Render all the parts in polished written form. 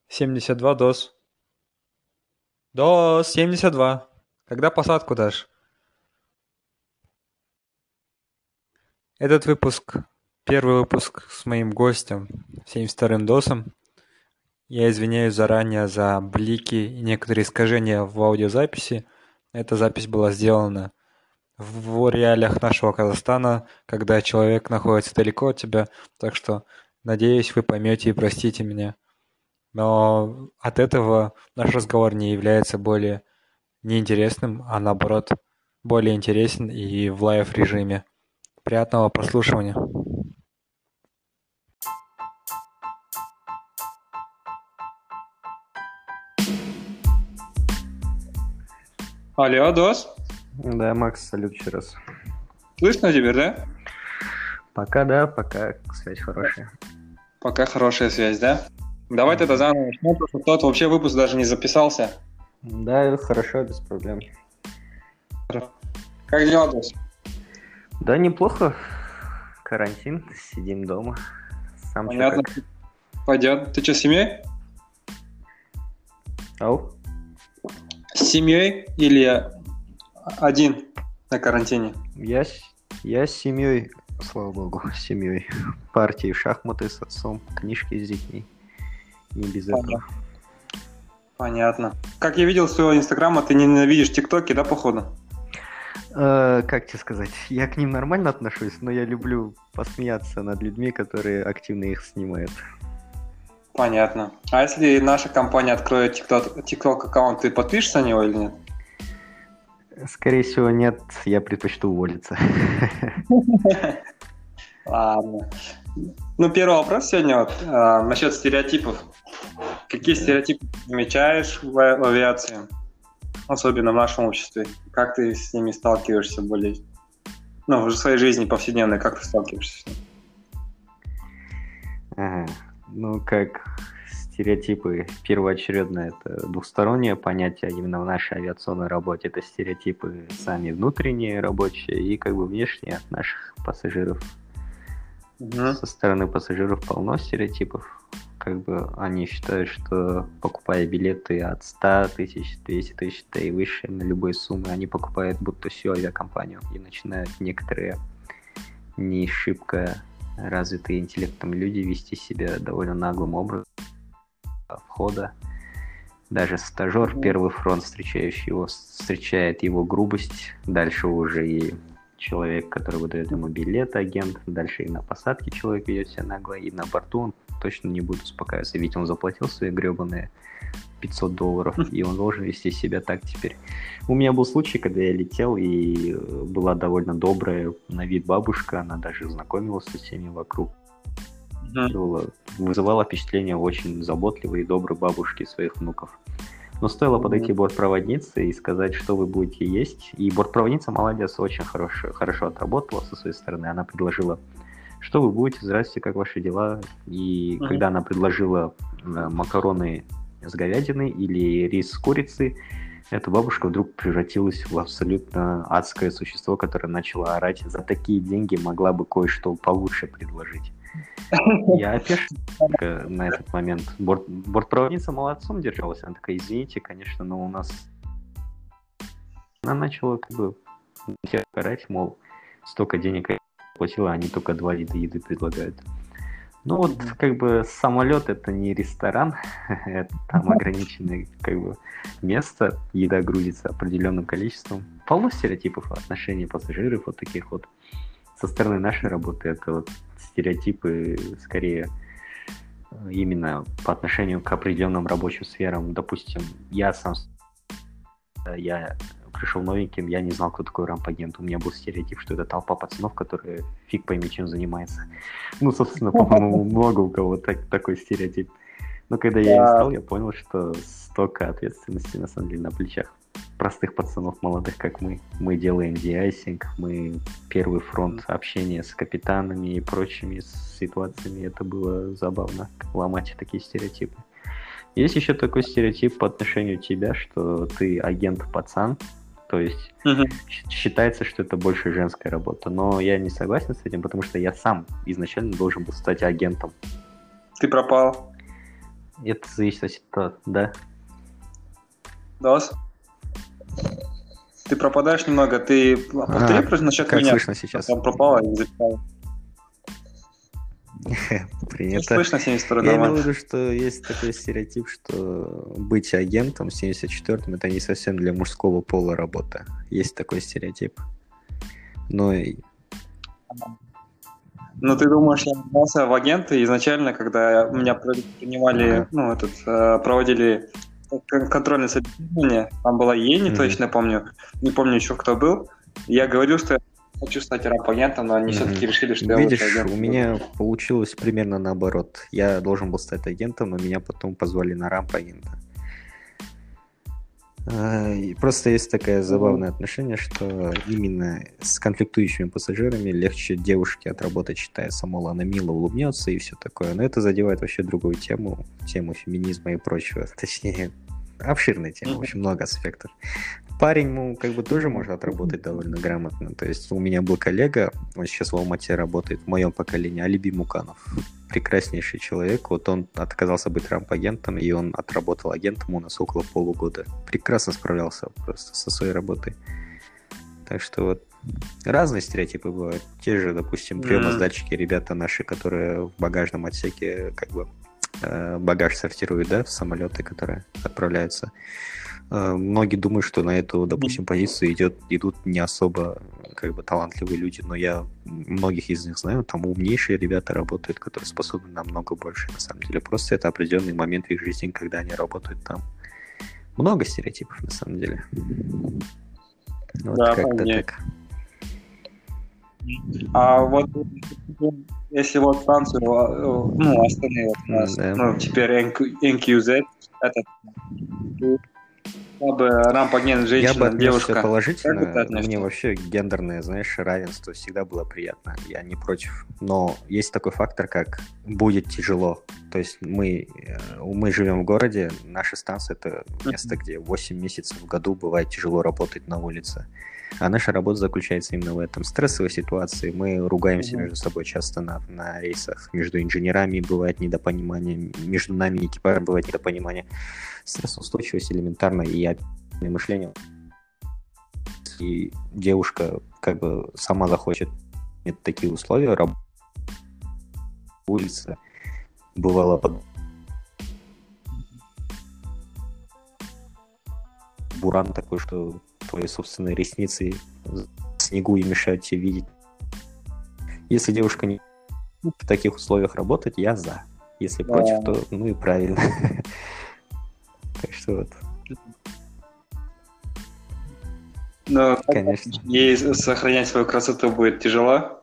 72 ДОС. ДОС 72. Когда посадку дашь? Этот выпуск, первый выпуск с моим гостем, 72-м ДОСом. Я извиняюсь заранее за блики и некоторые искажения в аудиозаписи. Эта запись была сделана в реалиях нашего Казахстана, когда человек находится далеко от тебя, так что, надеюсь, вы поймете и простите меня. Но от этого наш разговор не является более неинтересным, а наоборот, более интересен и в лайв-режиме. Приятного прослушивания. Алло, Дос, Да, Макс, салют еще раз. слышно теперь, да? Пока да, пока связь хорошая. Пока хорошая связь, да? Давай тогда заново начнем, потому что тот вообще выпуск даже не записался. Да, хорошо, без проблем. Как дела, Дос? Да, неплохо. Карантин, сидим дома. Сам чё Понятно. как? Пойдет. Ты что, с семьей? Ау? С семьей или один на карантине? Я с семьей, слава богу, с семьей. Партии в шахматы с отцом, книжки с детьми. Не без этого. Понятно. Как я видел с твоего инстаграма, ты ненавидишь тиктоки, да, походу? Как тебе сказать? Я к ним нормально отношусь, но я люблю посмеяться над людьми, которые активно их снимают. Понятно. А если наша компания откроет тикток аккаунт, ты подпишешься на него или нет? Скорее всего, нет, я предпочту уволиться. Ладно. Ну, первый вопрос сегодня вот, насчет стереотипов. Какие стереотипы ты замечаешь в авиации, особенно в нашем обществе? Как ты с ними сталкиваешься более... Ну, в своей жизни повседневной, как ты сталкиваешься с ними? Ага. Ну, как стереотипы, первоочередно это двухстороннее понятие, именно в нашей авиационной работе это стереотипы сами внутренние рабочие и как бы внешние от наших пассажиров. Со стороны пассажиров полно стереотипов. Как бы они считают, что покупая билеты от 100 тысяч, 200 тысяч, да и выше на любые суммы, они покупают будто всю авиакомпанию и начинают некоторые не шибко развитые интеллектом люди вести себя довольно наглым образом входа. Даже стажер, первый фронт, встречающий его, встречает его грубость. Дальше уже и человек, который выдает ему билет, агент. Дальше и на посадке человек ведет себя нагло, и на борту он точно не будет успокаиваться, ведь он заплатил свои гребаные $500, и он должен вести себя так теперь. У меня был случай, когда я летел, и была довольно добрая на вид бабушка, она даже знакомилась со всеми вокруг. Вызывала впечатление очень заботливой и доброй бабушки своих внуков. Но стоило подойти бортпроводнице и сказать, что вы будете есть. И бортпроводница, молодец, очень хорошо отработала со своей стороны. Она предложила, что вы будете, здрасте, как ваши дела. И когда она предложила макароны с говядиной или рис с курицей, эта бабушка вдруг превратилась в абсолютно адское существо, которое начало орать: за такие деньги могла бы кое-что получше предложить. Я опешил на этот момент. Бортпроводница молодцом держалась. Она такая: извините, конечно, но у нас... Она начала как бы орать, мол, столько денег я платила, они только 2 вида еды предлагают. Ну вот, как бы, самолет — это не ресторан, это там ограниченное как бы место, еда грузится определенным количеством. Полно стереотипов в отношении пассажиров, вот таких вот. Со стороны нашей работы это вот стереотипы скорее именно по отношению к определенным рабочим сферам. Допустим, я пришел новеньким, я не знал, кто такой рамп-агент. У меня был стереотип, что это толпа пацанов, которые фиг пойми чем занимается. Ну, собственно, по-моему, много у кого такой стереотип. Но когда я им стал, я понял, что столько ответственности на самом деле на плечах простых пацанов молодых, как мы. Мы делаем де-айсинг, мы первый фронт общения с капитанами и прочими ситуациями. Это было забавно, ломать такие стереотипы. Есть еще такой стереотип по отношению к тебе, что ты агент-пацан, то есть считается, что это больше женская работа. Но я не согласен с этим, потому что я сам изначально должен был стать агентом. Ты пропал. Это зависит от ситуации, да. Дос, ты пропадаешь немного. Ты повтори просто насчет как меня. слышно сейчас? Там пропало и записал. Принято. Слышно 72 Я имел в нормально. виду, что есть такой стереотип, что быть агентом в 74-м это не совсем для мужского пола работа. Есть такой стереотип. Но Ну, ты думаешь, я назвался в агенты изначально, когда меня принимали, проводили контрольное собеседование, там была Ени, точно помню, не помню еще кто был. Я говорил, что я хочу стать рамп-агентом, но они все-таки решили, что я лучше видишь, агент. у меня получилось примерно наоборот. Я должен был стать агентом, но меня потом позвали на рамп-агента. И просто есть такое забавное отношение, что именно с конфликтующими пассажирами легче девушке отработать, считается, мол, она мило улыбнется и все такое. Но это задевает вообще другую тему феминизма и прочего. Точнее, обширная тема, в общем, много аспектов. Парень, как бы тоже может отработать довольно грамотно. То есть у меня был коллега, он сейчас в Алмате работает, в моем поколении, Алиби Муканов. Прекраснейший человек. Вот он отказался быть рамп-агентом, и он отработал агентом у нас около полугода. Прекрасно справлялся просто со своей работой. Так что вот разные стереотипы бывают. Те же, допустим, приемоздатчики, ребята наши, которые в багажном отсеке как бы багаж сортируют, да, в самолеты, которые отправляются. Многие думают, что на эту, допустим, позицию идут не особо как бы талантливые люди, но я многих из них знаю, там умнейшие ребята работают, которые способны намного больше, на самом деле. Просто это определенный момент в их жизни, когда они работают там. Много стереотипов, на самом деле. Вот да, как-то вполне. так. А вот если вот Францию, ну, остальные вот у нас, Да. ну, теперь NQZ, это бы рамп-агент, Я бы женщина, отнесся девушка. Как положительно. это относишься? Мне вообще гендерное, знаешь, равенство всегда было приятно. Я не против. Но есть такой фактор, как будет тяжело. То есть мы живем в городе, наша станция — это место, где 8 месяцев в году бывает тяжело работать на улице. А наша работа заключается именно в этом. Стрессовой ситуации. Мы ругаемся между собой часто на рейсах. Между инженерами бывает недопонимание. Между нами и экипажем бывает недопонимание. Стрессоустойчивость элементарно и мышление. И девушка как бы сама захочет иметь такие условия, улица бывало буран такой, что твои собственные ресницы в снегу и мешают тебе видеть. Если девушка не в таких условиях работать, я за. Если против, то ну и правильно. Так что вот. Но, конечно. Ей сохранять свою красоту будет тяжело.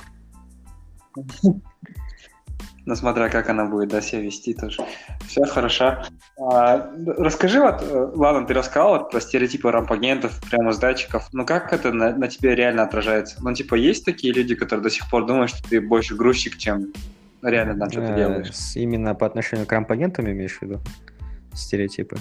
Ну, смотря как она будет, да, себя вести тоже. Все хорошо. Расскажи, вот, ладно, ты рассказал вот про стереотипы рамп-агентов, прямо с датчиков. Ну, как это на тебе реально отражается? Ну, типа, есть такие люди, которые до сих пор думают, что ты больше грузчик, чем реально там что-то делаешь? Именно по отношению к рамп-агентам имеешь в виду? Стереотипы?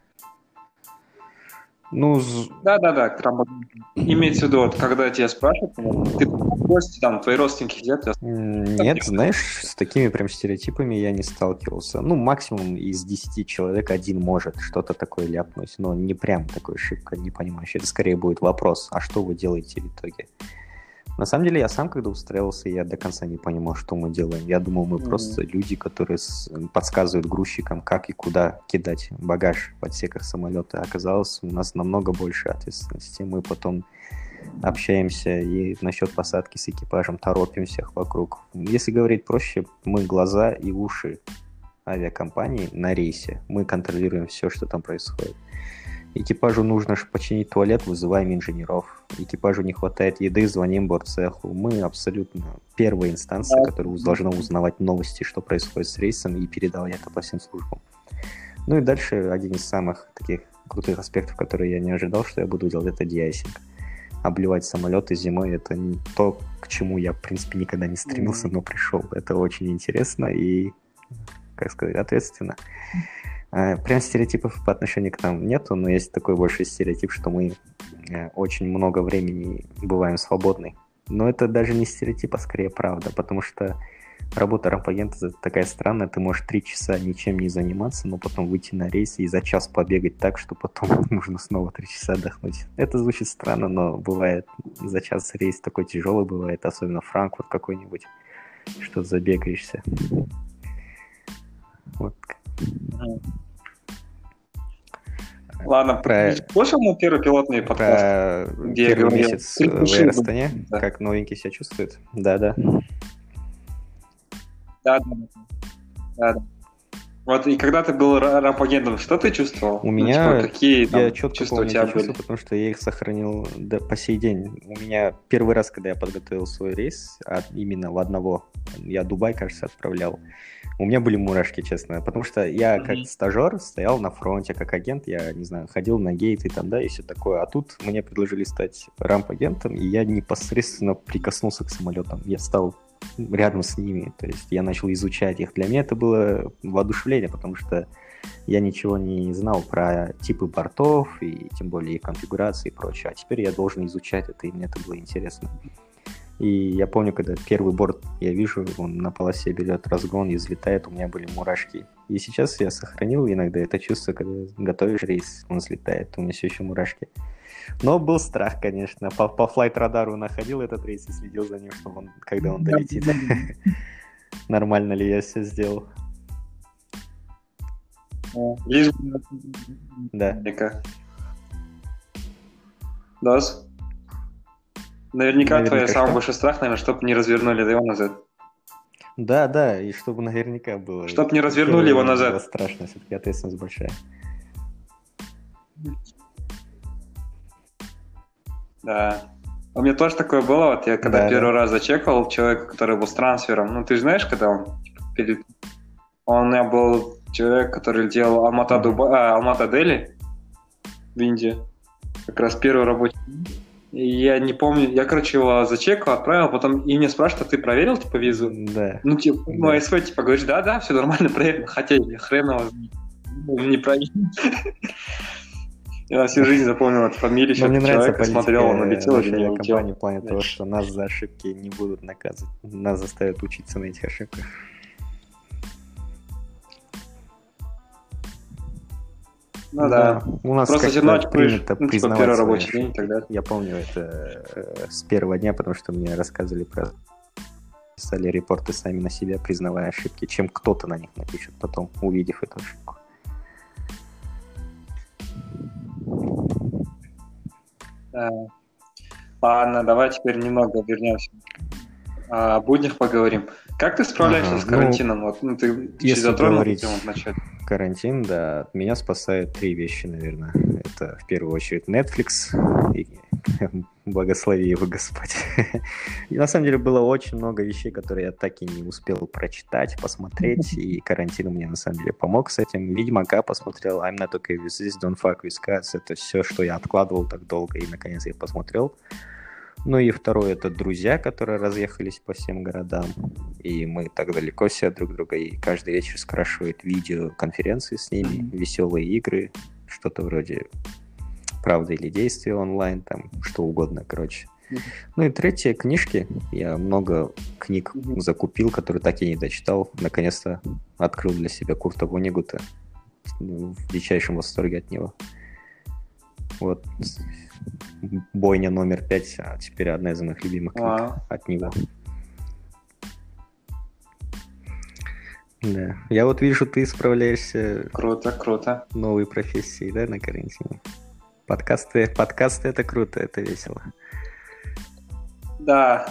Ну, да, имеется в виду, вот, когда тебя спрашивают, ты в гости, там, твои родственники сидят. Нет, знаешь, с такими прям стереотипами я не сталкивался. Ну, максимум из 10 человек один может что-то такое ляпнуть, но не прям такой шибко не понимающий. Это скорее будет вопрос, а что вы делаете в итоге? На самом деле, я сам, когда устраивался, я до конца не понимал, что мы делаем. Я думал, мы просто люди, которые подсказывают грузчикам, как и куда кидать багаж в отсеках самолета. Оказалось, у нас намного больше ответственности. Мы потом общаемся и насчет посадки с экипажем торопим всех вокруг. Если говорить проще, мы глаза и уши авиакомпании на рейсе. Мы контролируем все, что там происходит. Экипажу нужно починить туалет, вызываем инженеров. Экипажу не хватает еды, звоним бортцеху. Мы абсолютно первая инстанция, которая должна узнавать новости, что происходит с рейсом, и передавать это по всем службам. Ну и дальше один из самых таких крутых аспектов, которые я не ожидал, что я буду делать, это деайсинг. Обливать самолеты зимой — это не то, к чему я, в принципе, никогда не стремился, но пришел. Это очень интересно и, как сказать, ответственно. Прям стереотипов по отношению к нам нету, но есть такой большой стереотип, что мы очень много времени бываем свободны. Но это даже не стереотип, а скорее правда, потому что Работа рампагента такая странная, ты можешь 3 часа ничем не заниматься, но потом выйти на рейс и за час побегать так, что потом нужно снова 3 часа отдохнуть. Это звучит странно, но бывает за час рейс такой тяжелый бывает, особенно Франкфурт какой-нибудь, что забегаешься. Вот. Ладно, слышал мой первый пилотный подкаст, где первый месяц в Air Astana, да. Как новенький себя чувствует? Да. Да. Вот, и когда ты был рампагентом, что ты чувствовал? У меня, какие я четко помню эти чувства, потому что я их сохранил по сей день. У меня первый раз, когда я подготовил свой рейс, именно в одного, я Дубай, кажется, отправлял, у меня были мурашки, честно, потому что я как стажер стоял на фронте, как агент, я, не знаю, ходил на гейты там, да, и все такое, а тут мне предложили стать рамп-агентом, и я непосредственно прикоснулся к самолетам, я стал рядом с ними, то есть я начал изучать их. Для меня это было воодушевление, потому что я ничего не знал про типы бортов, и тем более их конфигурации и прочее, а теперь я должен изучать это, и мне это было интересно. И я помню, когда первый борт я вижу, он на полосе берет разгон и взлетает, у меня были мурашки. И сейчас я сохранил иногда это чувство, когда готовишь рейс, он взлетает, у меня все еще мурашки. Но был страх, конечно. По флайт-радару находил этот рейс и следил за ним, чтобы он, когда он долетит. Нормально ли я все сделал. Лишь... Да. Дос? Наверняка твой самый большой страх, наверное, чтобы не развернули его назад. Да, и чтобы наверняка было. Чтобы не развернули его назад. Было страшно, все-таки ответственность большая. Да. У меня тоже такое было, вот я когда первый раз зачекал человека, который был с трансфером, ну ты же знаешь, когда он у меня был человек, который делал Алмата-Дели в Индии, как раз первый рабочий. И я не помню, я, короче, его зачекал, отправил, потом и меня спрашивают, а ты проверил, типа, визу? Да. Ну, типа, ну, СВ, типа, говоришь, да, все нормально, проверил, хотя я хрен его не проверил. Я на всю жизнь запомнил эту фамилию человека, смотрел, он улетел или не улетел. В плане того, что нас за ошибки не будут наказывать, нас заставят учиться на этих ошибках. Ну да. У нас просто как-то принято признавать типа, первый рабочий день и так далее. Я помню это с первого дня, потому что мне рассказывали писали репорты сами на себя, признавая ошибки, чем кто-то на них напишет потом, увидев эту ошибку. Ладно, давай теперь немного вернемся. О буднях поговорим. Как ты справляешься с карантином? Ты затронул эту тему вначале. Карантин, да, меня спасают 3 вещи, наверное. Это в первую очередь Netflix, и благослови его Господь. И на самом деле было очень много вещей, которые я так и не успел прочитать, посмотреть, и карантин мне на самом деле помог с этим. Ведьмака посмотрел, I'm Not Okay With This, Don't Fuck With Cats, это все, что я откладывал так долго, и наконец я посмотрел. Ну и второе, это друзья, которые разъехались по всем городам, и мы так далеко все от друг друга, и каждый вечер скрашивают видеоконференции с ними, веселые игры, что-то вроде «Правда или действие» онлайн, там что угодно, короче. Ну и третье, книжки. Я много книг закупил, которые так и не дочитал. Наконец-то открыл для себя Курта Воннегута, в дичайшем восторге от него. Вот. «Бойня номер 5», а теперь одна из моих любимых книг от него. Да. Я вот вижу, ты справляешься... Круто. Новой профессией, да, на карантине? Подкасты это круто, это весело. Да.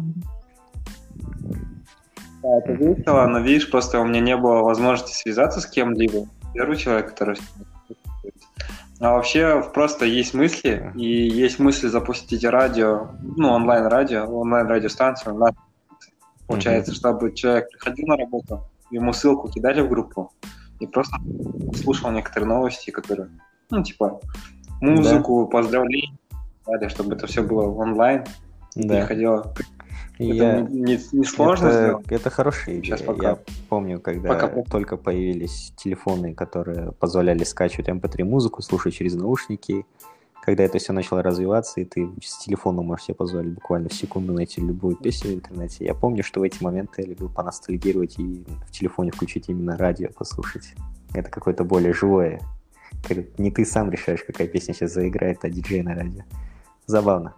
Это весело, но видишь, просто у меня не было возможности связаться с кем-либо. Первый человек, который... А вообще просто есть мысли, и есть мысли запустить радио, онлайн-радиостанцию, получается, чтобы человек приходил на работу, ему ссылку кидали в группу, и просто слушал некоторые новости, которые, музыку, поздравления, чтобы это все было онлайн, приходило. Это не сложно сделать. Это хорошая идея. Я помню, когда только появились телефоны, которые позволяли скачивать MP3 музыку, слушать через наушники, когда это все начало развиваться, и ты с телефона можешь себе позволить буквально в секунду найти любую песню в интернете. Я помню, что в эти моменты я любил поностальгировать и в телефоне включить именно радио, послушать. Это какое-то более живое. Не ты сам решаешь, какая песня сейчас заиграет, а диджей на радио. Забавно.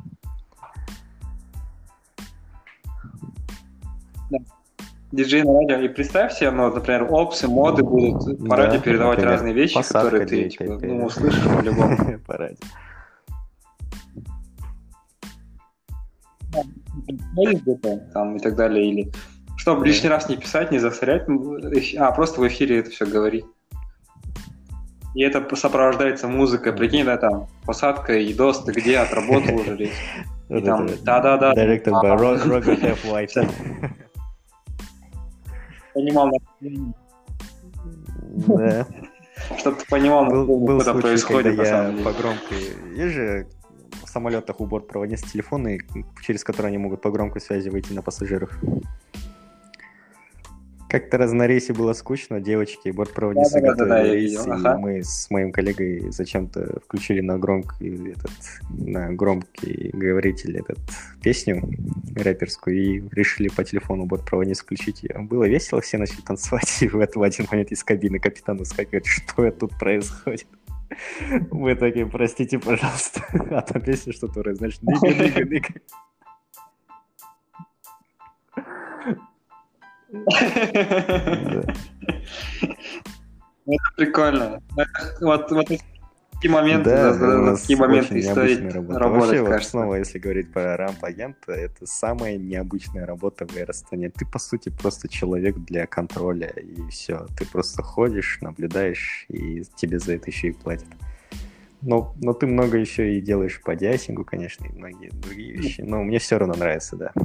Диджей на радио. И представь себе, ну, например, опсы, моды будут по радио передавать например, разные вещи, которые ты типа, услышишь по-любому. По радио. Там и так далее, или чтобы лишний раз не писать, не засорять, просто в эфире это все говорить. И это сопровождается музыкой, прикинь, да, там, посадка, и DOS, ты где, отработал уже рейс. И там, да-да-да. Directed by Robert F. White. Понимал, Да. чтобы ты понимал, Был что случай, происходит, когда на самом я деле. по громкой... Есть же в самолетах у бортпроводниц телефоны, через которые они могут по громкой связи выйти на пассажиров. Как-то раз на рейсе было скучно, девочки и бортпроводницы готовили рейс, и мы с моим коллегой зачем-то включили на громкий говоритель песню рэперскую и решили по телефону бортпроводниц включить ее. Было весело, все начали танцевать, и в один момент из кабины капитан выскакивает, что тут происходит. Мы такие, простите, пожалуйста, а там песня что-то, значит, ныга. Это прикольно. Вот такие моменты, такие моменты стоит работать, вообще, кажется. снова, если говорить про рамп-агента, это самая необычная работа в Эйростане. Ты, по сути, просто человек для контроля, и все. Ты просто ходишь, наблюдаешь, и тебе за это еще и платят. Но ты много еще и делаешь по диасингу, конечно, и многие другие вещи. Но мне все равно нравится, да.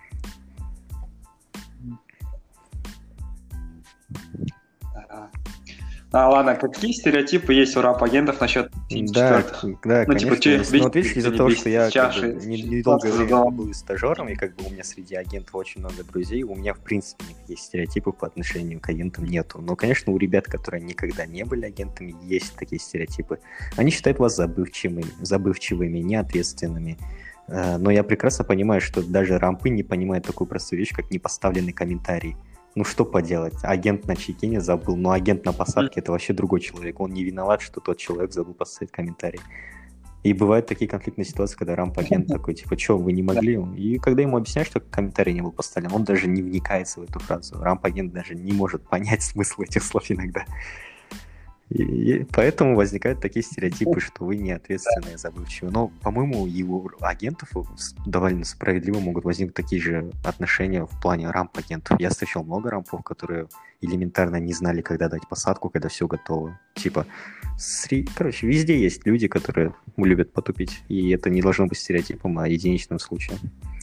Ладно, какие стереотипы есть у рэп-агентов насчет 74-х? Да, ну, конечно. Типа, Но вот видишь, из-за того, что я недолго времени был стажером, и как бы у меня среди агентов очень много друзей, у меня, в принципе, никаких стереотипов по отношению к агентам нету. Но, конечно, у ребят, которые никогда не были агентами, есть такие стереотипы. Они считают вас забывчивыми, неответственными. Но я прекрасно понимаю, что даже рампы не понимают такую простую вещь, как непоставленный комментарий. Ну, что поделать? Агент на чекине забыл, но агент на посадке — это вообще другой человек. Он не виноват, что тот человек забыл поставить комментарий. И бывают такие конфликтные ситуации, когда рамп-агент такой, типа, что, вы не могли? И когда ему объясняют, что комментарий не был поставлен, он даже не вникается в эту фразу. Рамп-агент даже не может понять смысл этих слов иногда. И поэтому возникают такие стереотипы, что вы неответственные, забывчивые. Но, по-моему, у агентов довольно справедливо могут возникнуть такие же отношения в плане рамп-агентов. Я встречал много рампов, которые элементарно не знали, когда дать посадку, когда все готово. Типа, короче, везде есть люди, которые любят потупить. И это не должно быть стереотипом, а единичным случаем.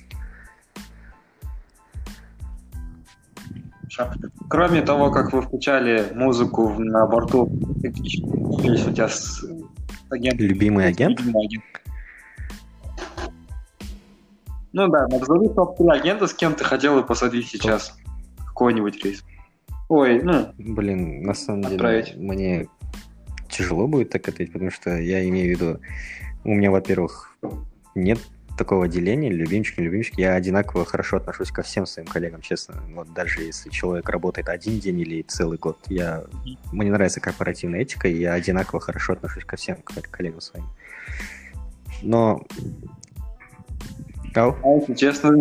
Кроме того, как вы включали музыку на борту, какие есть у тебя агенты? Любимый агент? Ну да, назови топ-3 агента, с кем ты хотел бы посадить сейчас какой-нибудь рейс. Блин, на самом деле, мне тяжело будет так ответить, потому что я имею в виду, у меня, во-первых, нет такого деления, любимчик, не любимчик. Я одинаково хорошо отношусь ко всем своим коллегам, честно. Вот даже если человек работает один день или целый год, мне нравится корпоративная этика, и я одинаково хорошо отношусь ко всем коллегам своим. Но... если честно...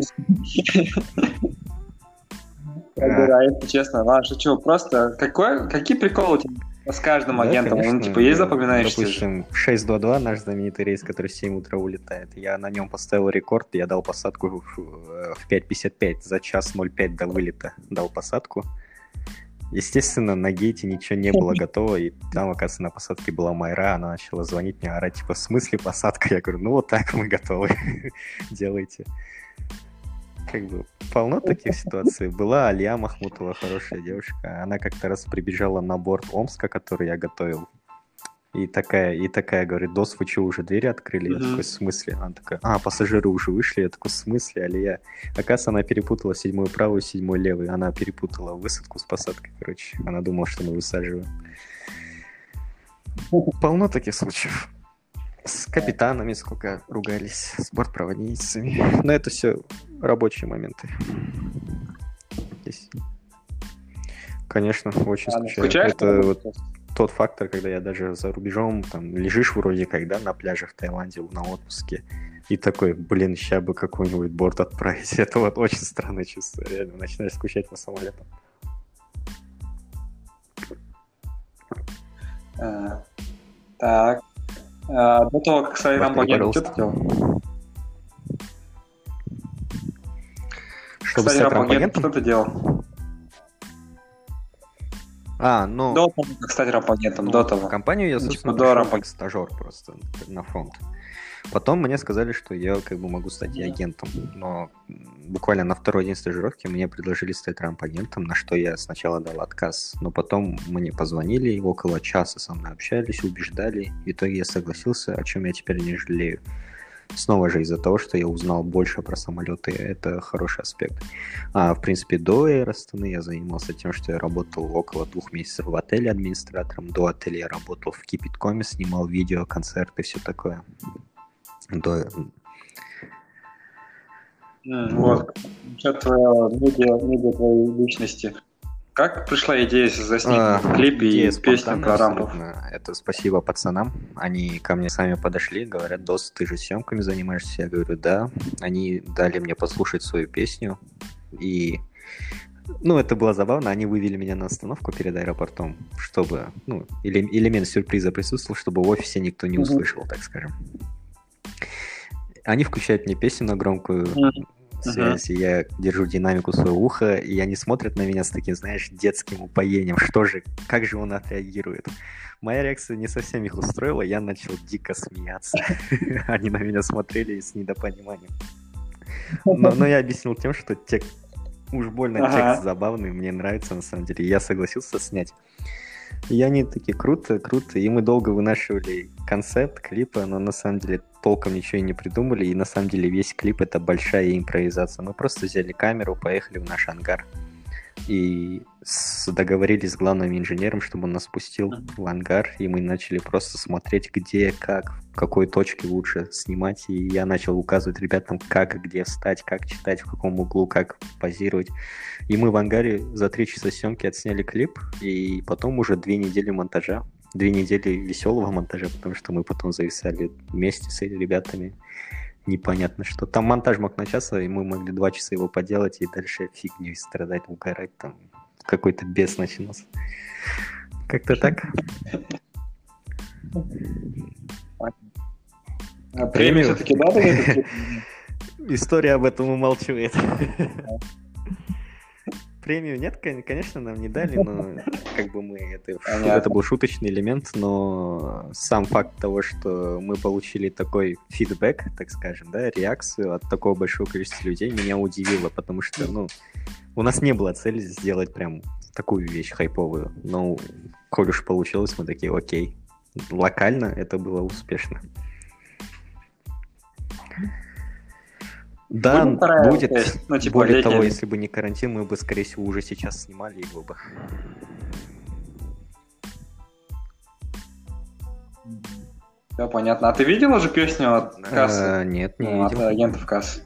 если честно, ладно, шучу. Просто какие приколы у тебя с каждым агентом? Конечно, типа, есть запоминающийся? Допустим, 622, наш знаменитый рейс, который в 7 утра улетает. Я на нем поставил рекорд, я дал посадку в 5:55, за час 0,5 до вылета дал посадку. Естественно, на гейте ничего не было готово, и там, оказывается, на посадке была Майра, она начала звонить мне, орать, типа, в смысле посадка? Я говорю, вот так мы готовы, делайте. Как бы полно таких ситуаций. Была Алия Махмутова, хорошая девушка. Она как-то раз прибежала на борт Омска, который я готовил. И такая говорит, Дос, вы что, уже двери открыли? Я такой, в смысле? Она такая, пассажиры уже вышли. Я такой, в смысле, Алия? Оказывается, она перепутала 7-ю правую, 7-ю левую. Она перепутала высадку с посадкой, короче. Она думала, что мы высаживаем. Полно таких случаев. С капитанами сколько ругались, с бортпроводницами. Но это все рабочие моменты. Здесь, конечно, очень скучаю. Скучаешь? Это вот тот фактор, когда я даже за рубежом, там, лежишь вроде когда на пляже в Таиланде на отпуске, и такой, блин, ща бы какой-нибудь борт отправить. Это вот очень странное чувство, реально, начинаешь скучать по самолетам. Так. До того, как стать рампагентом, что ты делал? Чтобы стать рампагентом? Что ты делал? Ну... До того, как стать рампагентом, до того. В компанию я, собственно, пришел как стажер просто на фронт. Потом мне сказали, что я как бы могу стать и агентом, но буквально на второй день стажировки мне предложили стать рампагентом, на что я сначала дал отказ, но потом мне позвонили, около часа со мной общались, убеждали, в итоге я согласился, о чем я теперь не жалею. Снова же из-за того, что я узнал больше про самолеты, это хороший аспект. В принципе, до Air Astana я занимался тем, что я работал около 2 месяцев в отеле администратором, до отеля я работал в Кипиткоме, снимал видео, концерты, все такое. Вот. Что твоя медиа твоей личности? Как пришла идея заснять клип и песню про рампов? Это спасибо пацанам. Они ко мне сами подошли, говорят: Дос, ты же съемками занимаешься? Я говорю: да. Они дали мне послушать свою песню. И это было забавно. Они вывели меня на остановку перед аэропортом, чтобы элемент сюрприза присутствовал, чтобы в офисе никто не услышал, так скажем. Они включают мне песню на громкую связь, я держу динамику своего уха, и они смотрят на меня с таким, знаешь, детским упоением. Как же он отреагирует? Моя реакция не совсем их устроила, я начал дико смеяться. Они на меня смотрели с недопониманием. Но я объяснил тем, что уж больно текст забавный, мне нравится на самом деле. Я согласился снять. И они такие: круто. И мы долго вынашивали концепт клипа, но на самом деле толком ничего и не придумали. И на самом деле весь клип — это большая импровизация. Мы просто взяли камеру, поехали в наш ангар и договорились с главным инженером, чтобы он нас спустил в ангар. И мы начали просто смотреть, где, как, в какой точке лучше снимать. И я начал указывать ребятам, как и где встать, как читать, в каком углу, как позировать. И мы в ангаре за 3 часа съемки отсняли клип, и потом уже 2 недели монтажа. 2 недели веселого монтажа, потому что мы потом зависали вместе с ребятами. Непонятно что. Там монтаж мог начаться, и мы могли 2 часа его поделать, и дальше фигней страдать, угорать. Там какой-то бес начинался. Как-то так. Премию все-таки дали? История об этом умалчивает. Премию нет, конечно, нам не дали, но как бы это был шуточный элемент, но сам факт того, что мы получили такой фидбэк, так скажем, да, реакцию от такого большого количества людей, меня удивило, потому что, у нас не было цели сделать прям такую вещь хайповую, но коль уж получилось, мы такие: окей, локально это было успешно. Да, будет. Более того, если бы не карантин, мы бы, скорее всего, уже сейчас снимали его бы. Да, понятно. А ты видел уже песню от Кассы? Нет, не видел. От агентов Кассы.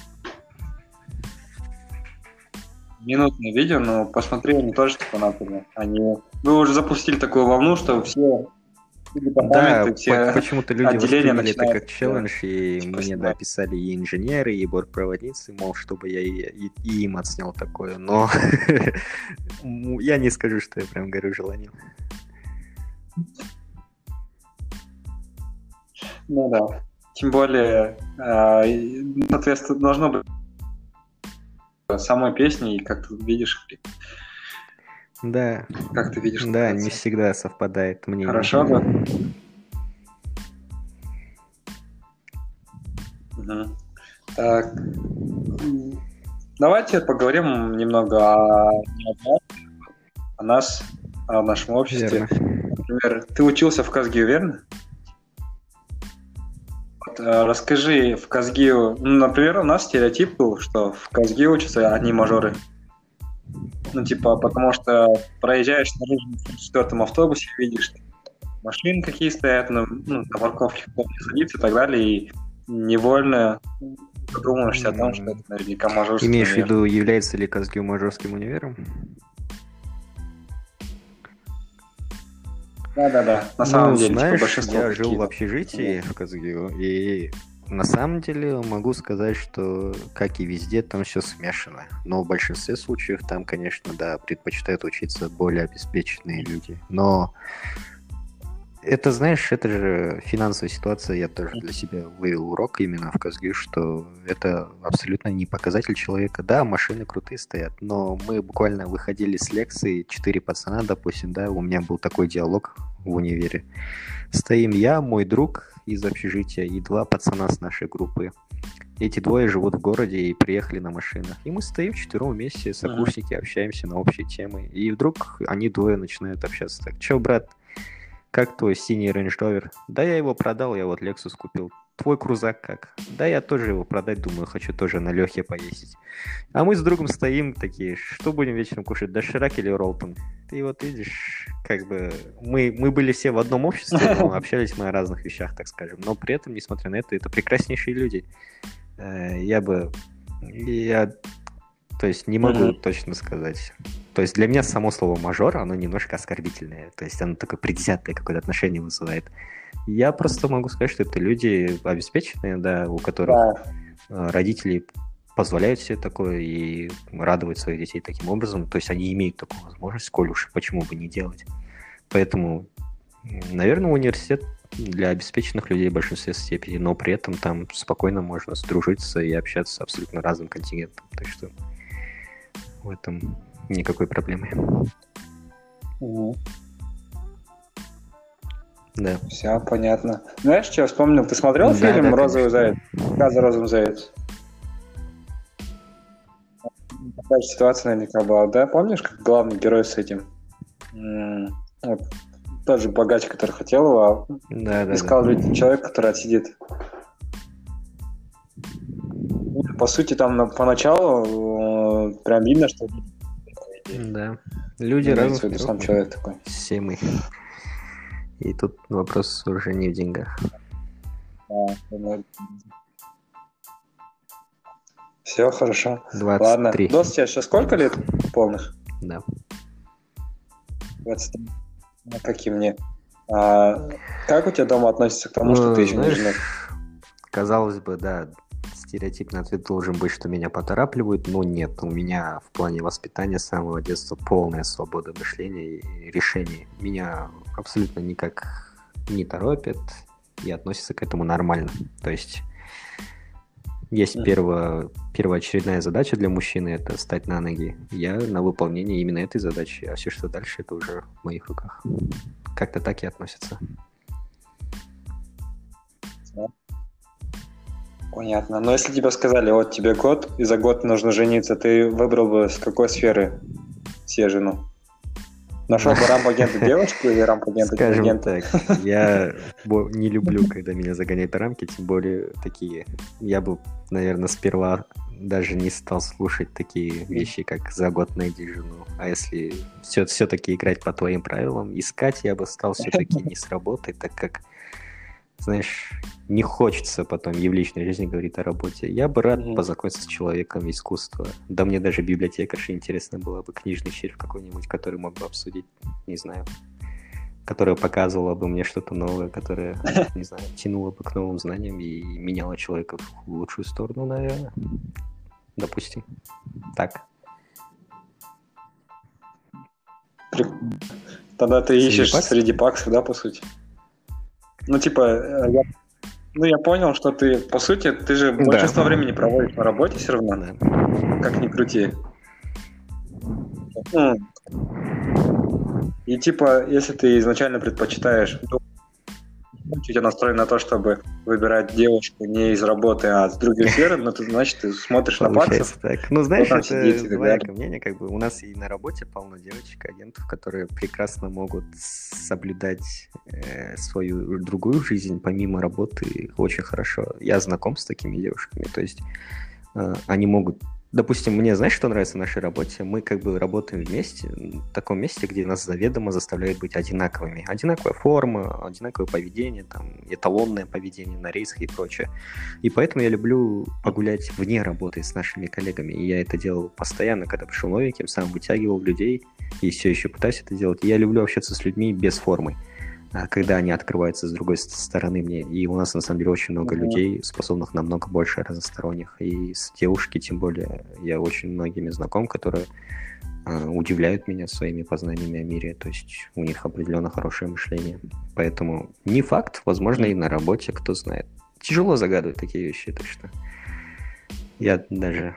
Минутное видео, но посмотри, они тоже типа например. Вы уже запустили такую волну, что все... Да, почему-то люди восприняли это как челлендж, и мне писали и инженеры, и бортпроводницы, мол, чтобы я и им отснял такое, но я не скажу, что я прям горю желанием. Ну да, тем более, соответственно, должно быть самой песни, и как ты видишь клип. Да. Как ты видишь? Да, не всегда совпадает мнение. Хорошо, да? Угу. Так. Давайте поговорим немного о нас, о нашем обществе. Верно. Например, ты учился в Казгио, верно? Расскажи, в Казгио... например, у нас стереотип был, что в Казгио учатся одни мажоры. Потому что проезжаешь на 4-м автобусе, видишь машин какие стоят, на парковке кто не садится и так далее, и невольно задумаешься о том, что это наверняка мажорский Имеешь в универ. виду, является ли Казгю мажорским универом? Да. На самом деле, знаешь, большинство я жил в какие-то. общежитии в Казгю, и на самом деле могу сказать, что, как и везде, там все смешано. Но в большинстве случаев там, конечно, да, предпочитают учиться более обеспеченные люди. Но это, знаешь, это же финансовая ситуация. Я тоже для себя вывел урок именно в Казгю, что это абсолютно не показатель человека. Да, машины крутые стоят, но мы буквально выходили с лекции, 4 пацана, допустим, да, у меня был такой диалог в универе. Стоим я, мой друг из общежития и 2 пацана с нашей группы. Эти двое живут в городе и приехали на машинах. И мы стоим вчетвером вместе, сокурсники, общаемся на общие темы. И вдруг они двое начинают общаться так. Че, брат, как твой синий Range Rover? Да я его продал, я вот Lexus купил. Твой крузак как? Да я тоже его продать думаю, хочу тоже на Лехе поездить. А мы с другом стоим такие, что будем вечером кушать, доширак или роллтон? Ты вот видишь, как бы мы были все в одном обществе, но общались мы о разных вещах, так скажем. Но при этом, несмотря на это прекраснейшие люди. Я то есть не могу точно сказать. То есть для меня само слово мажор, оно немножко оскорбительное. То есть оно такое предвзятое какое-то отношение вызывает. Я просто могу сказать, что это люди обеспеченные, да, у которых родители позволяют себе такое и радовать своих детей таким образом. То есть они имеют такую возможность, сколь уж почему бы не делать. Поэтому, наверное, университет для обеспеченных людей в большинстве степени, но при этом там спокойно можно сдружиться и общаться с абсолютно разным контингентом. Так что в этом никакой проблемы. Да. Все понятно. Знаешь, что я вспомнил? Ты смотрел фильм «Розовый заяц»? «Газ за розовым заяц»? Такая же ситуация наверняка была, да? Помнишь, как главный герой с этим? Вот, тот же богач, который хотел его, искал ведь человек, который отсидит. По сути, там поначалу прям видно, что... Да. Люди разные. Сам человек такой. Все мы. И тут вопрос уже не в деньгах. Все хорошо. 23. Ладно. Дос, тебе сейчас сколько лет полных? Да. 23. Как и мне. Как у тебя дома относятся к тому, что ты еще не женат? Казалось бы, да, стереотипный ответ должен быть, что меня поторапливают, но нет. У меня в плане воспитания с самого детства полная свобода мышления и решений. Меня абсолютно никак не торопят и относятся к этому нормально. То есть есть первоочередная задача для мужчины — это встать на ноги. Я на выполнение именно этой задачи, а все, что дальше, это уже в моих руках. Как-то так и относятся. Понятно. Но если тебе сказали, вот тебе год, и за год нужно жениться, ты выбрал бы с какой сферы себе жену? Нашел бы рамп-агента девочку или рамп-агента Скажем так, я не люблю, когда меня загоняют в рамки, тем более такие. Я бы, наверное, сперва даже не стал слушать такие вещи, как «за год найди жену». А если все-таки играть по твоим правилам, искать я бы стал все-таки не с работы, так как, знаешь, не хочется потом и в личной жизни говорить о работе. Я бы рад познакомиться с человеком искусства. Да мне даже библиотекарша интересно было бы, книжный червь какой-нибудь, который мог бы обсудить, не знаю, которая показывала бы мне что-то новое, которая, не знаю, тянула бы к новым знаниям и меняла человека в лучшую сторону, наверное. Допустим. Так. Тогда ты ищешь среди паксов, да, по сути? Ну, типа, я понял, что ты, по сути, ты же большинство времени проводишь на работе все равно, как ни крути. И типа, если ты изначально предпочитаешь, у тебя настроен на то, чтобы выбирать девушку не из работы, а с другой сферы, ну, значит, ты смотришь на паксов. Так. Ну, знаешь, это двоякое мнение, как бы у нас и на работе полно девочек, агентов, которые прекрасно могут соблюдать свою другую жизнь помимо работы очень хорошо. Я знаком с такими девушками, то есть они могут допустим, мне, знаешь, что нравится в нашей работе? Мы как бы работаем вместе, в таком месте, где нас заведомо заставляют быть одинаковыми. Одинаковая форма, одинаковое поведение, там, эталонное поведение на рейсах и прочее. И поэтому я люблю погулять вне работы с нашими коллегами. И я это делал постоянно, когда пришел новеньким, сам вытягивал людей, и все еще пытаюсь это делать. И я люблю общаться с людьми без формы. Когда они открываются с другой стороны мне. И у нас, на самом деле, очень много людей, способных намного больше разносторонних. И с девушки, тем более, я очень многими знаком, которые удивляют меня своими познаниями о мире. То есть у них определенно хорошее мышление. Поэтому не факт, возможно, и на работе, кто знает. Тяжело загадывать такие вещи, так что я даже...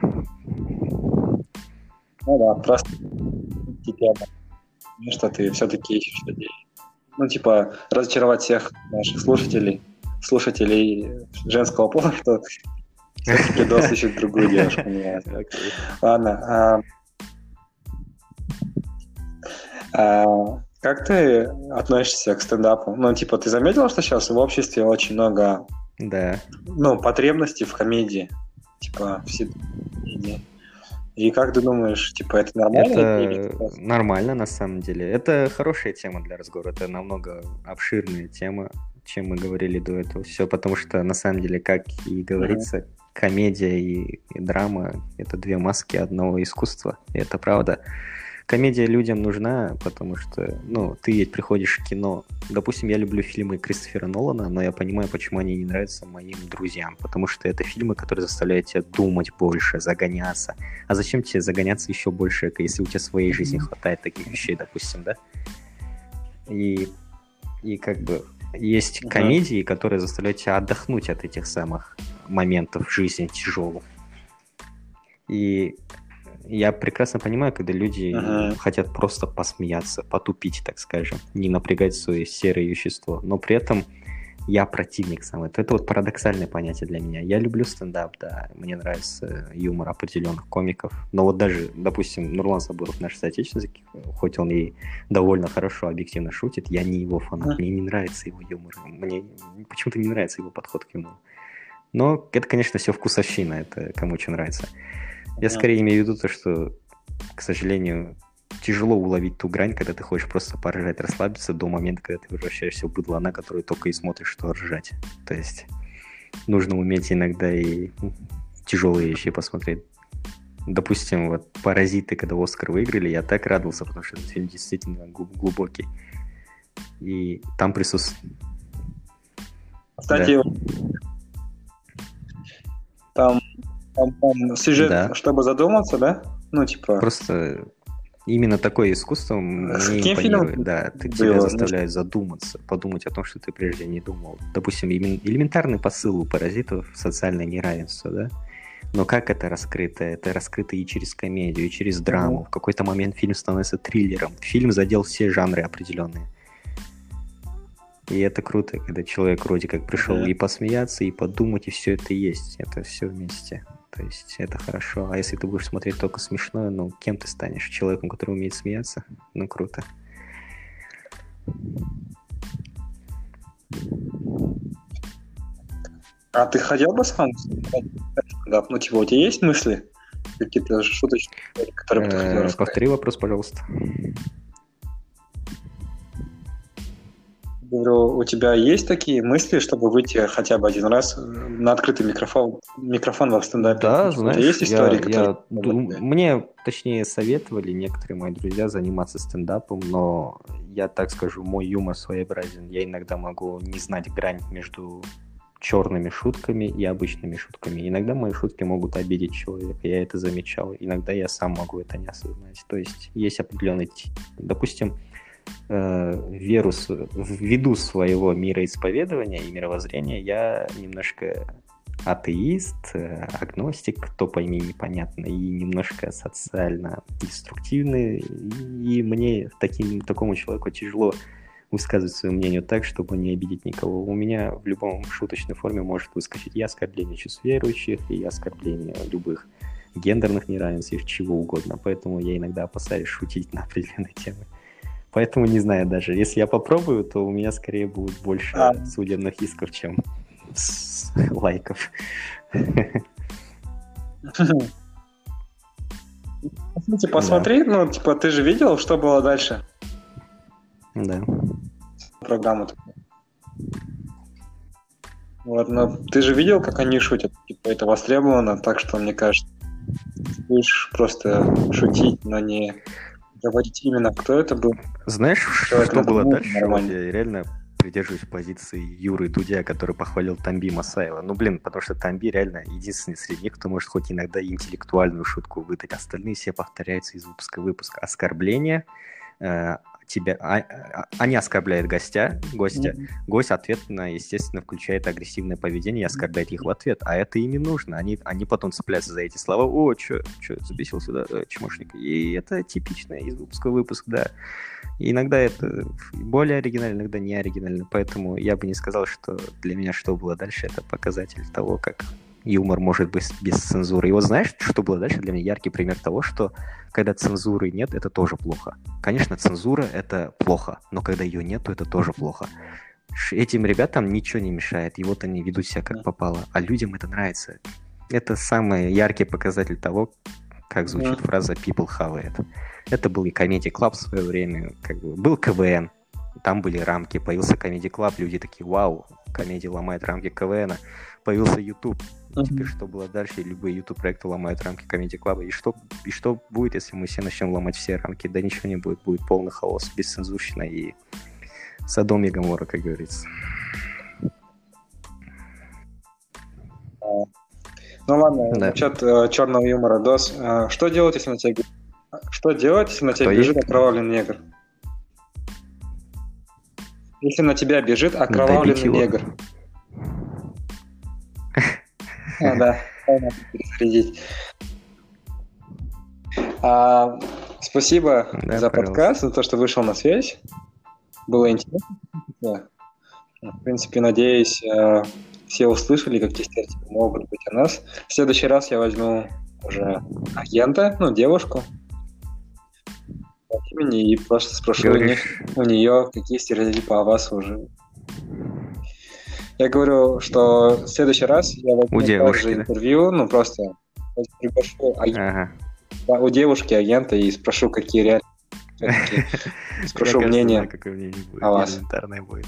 Ну да, просто типа, что ты все-таки ищешь людей. Ну, типа, разочаровать всех наших слушателей женского пола, что все-таки Дос ищет другую девушку. Ладно. Как ты относишься к стендапу? Ну, типа, ты заметил, что сейчас в обществе очень много потребностей в комедии? Типа, все комедии. И как ты думаешь, типа, это нормально? Это нормально, на самом деле. Это хорошая тема для разговора. Это намного обширная тема, чем мы говорили до этого. Все потому что, на самом деле, как и говорится, комедия и драма — это две маски одного искусства. И это правда. Комедия людям нужна, потому что, ты ведь приходишь в кино. Допустим, я люблю фильмы Кристофера Нолана, но я понимаю, почему они не нравятся моим друзьям. Потому что это фильмы, которые заставляют тебя думать больше, загоняться. А зачем тебе загоняться еще больше, если у тебя своей жизни хватает таких вещей, допустим, да? И как бы есть комедии, которые заставляют тебя отдохнуть от этих самых моментов жизни тяжелых. И я прекрасно понимаю, когда люди хотят просто посмеяться, потупить, так скажем, не напрягать свое серое вещество. Но при этом я противник сам. Это вот парадоксальное понятие для меня. Я люблю стендап, да, мне нравится юмор определенных комиков. Но вот даже, допустим, Нурлан Сабуров, наш соотечественник, хоть он и довольно хорошо, объективно шутит, я не его фанат. Мне не нравится его юмор. Мне почему-то не нравится его подход к юмору. Но это, конечно, все вкусовщина. Это кому что нравится. Я скорее имею в виду то, что, к сожалению, тяжело уловить ту грань, когда ты хочешь просто поржать, расслабиться до момента, когда ты превращаешься в быдло, на которую только и смотришь, что ржать. То есть нужно уметь иногда и тяжелые вещи посмотреть. Допустим, вот «Паразиты», когда «Оскар» выиграли, я так радовался, потому что этот фильм действительно глубокий. И там присутствует... Кстати, там сюжет, чтобы задуматься, да? Ну, типа... Просто именно такое искусство мне импонирует. Да, тебя заставляет задуматься, подумать о том, что ты прежде не думал. Допустим, элементарный посыл у «Паразитов» — социальное неравенство, да? Но как это раскрыто? Это раскрыто и через комедию, и через драму. В какой-то момент фильм становится триллером. Фильм задел все жанры определенные. И это круто, когда человек вроде как пришел и посмеяться, и подумать, и все это есть. Это все вместе. То есть это хорошо. А если ты будешь смотреть только смешное, кем ты станешь? Человеком, который умеет смеяться? Круто. А ты хотел бы сам? Да, у тебя есть мысли? Какие-то шуточки, которые бы ты хотел рассказать? Повтори вопрос, пожалуйста. Говорю, у тебя есть такие мысли, чтобы выйти хотя бы один раз на открытый микрофон во стендапе? Да, знаешь, есть истории, которые... Мне, точнее, советовали некоторые мои друзья заниматься стендапом, но я так скажу, мой юмор своеобразен. Я иногда могу не знать грань между черными шутками и обычными шутками. Иногда мои шутки могут обидеть человека, я это замечал. Иногда я сам могу это не осознать. То есть определенный... Допустим, ввиду своего мироисповедания и мировоззрения я немножко атеист, агностик, кто пойми непонятно, и немножко социально деструктивный, и мне такому человеку тяжело высказывать свое мнение так, чтобы не обидеть никого. У меня в любом шуточной форме может выскочить и оскорбление чувств верующих, и оскорбление любых гендерных неравенств, и чего угодно, поэтому я иногда опасаюсь шутить на определенные темы. Поэтому не знаю даже. Если я попробую, то у меня скорее будет больше судебных исков, чем лайков. Посмотри, ну, типа, ты же видел, что было дальше? Да. Программу. Вот, но ты же видел, как они шутят? Типа, это востребовано, так что, мне кажется, ты будешь просто шутить, но не говорить именно, кто это был. Знаешь, Человек что было надумал, дальше? Вот нормально. я реально придерживаюсь позиции Юры Дудя, который похвалил Тамби Масаева. Ну, блин, потому что Тамби реально единственный среди них, кто может хоть иногда интеллектуальную шутку выдать. Остальные все повторяются из выпуска в выпуск. Оскорбления, они оскорбляют гостя, гость ответно, естественно, включает агрессивное поведение и оскорбляет их в ответ, а это ими нужно, они потом цепляются за эти слова, о, чё, забесил сюда, чмошник, и это типично из выпуска в выпуск, да, и иногда это более оригинально, иногда не оригинально, поэтому я бы не сказал, что для меня что было дальше, это показатель того, как юмор может быть без цензуры. И вот знаешь, что было дальше? Для меня яркий пример того, что когда цензуры нет, это тоже плохо. Конечно, цензура — это плохо, но когда ее нет, то это тоже плохо. Этим ребятам ничего не мешает, и вот они ведут себя как попало, а людям это нравится. Это самый яркий показатель того, как звучит фраза «people have it». Это был и Comedy Club в свое время, был КВН, там были рамки, появился Comedy Club, люди такие, вау, комедия ломает рамки КВНа, появился YouTube. Теперь что было дальше? Любые YouTube-проекты ломают рамки Comedy Club. И что будет, если мы все начнем ломать все рамки? Да ничего не будет. Будет полный хаос, бесцензурщина и Содом и Гоморра, как говорится. Ну ладно, насчет черного юмора. Дос, что делать, если на тебя бежит окровавленный негр? Если на тебя бежит окровавленный негр. Да, надо переходить. Спасибо за подкаст, за то, что вышел на связь. Было интересно. В принципе, надеюсь, все услышали, как стереотипы могут быть о нас. В следующий раз я возьму уже агента, девушку по имени, и просто спрошу у нее, какие стереотипы о вас уже. Я говорю, что в следующий раз я возьму также интервью, просто приглашу у девушки агента и спрошу, какие реально. Спрошу мнение о вас. Элементарное будет.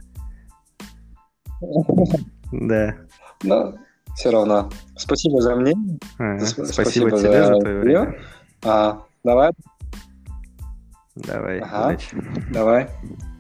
Да. Но все равно. Спасибо за мнение. Спасибо тебе за твое время. Давай. Удачи. Давай.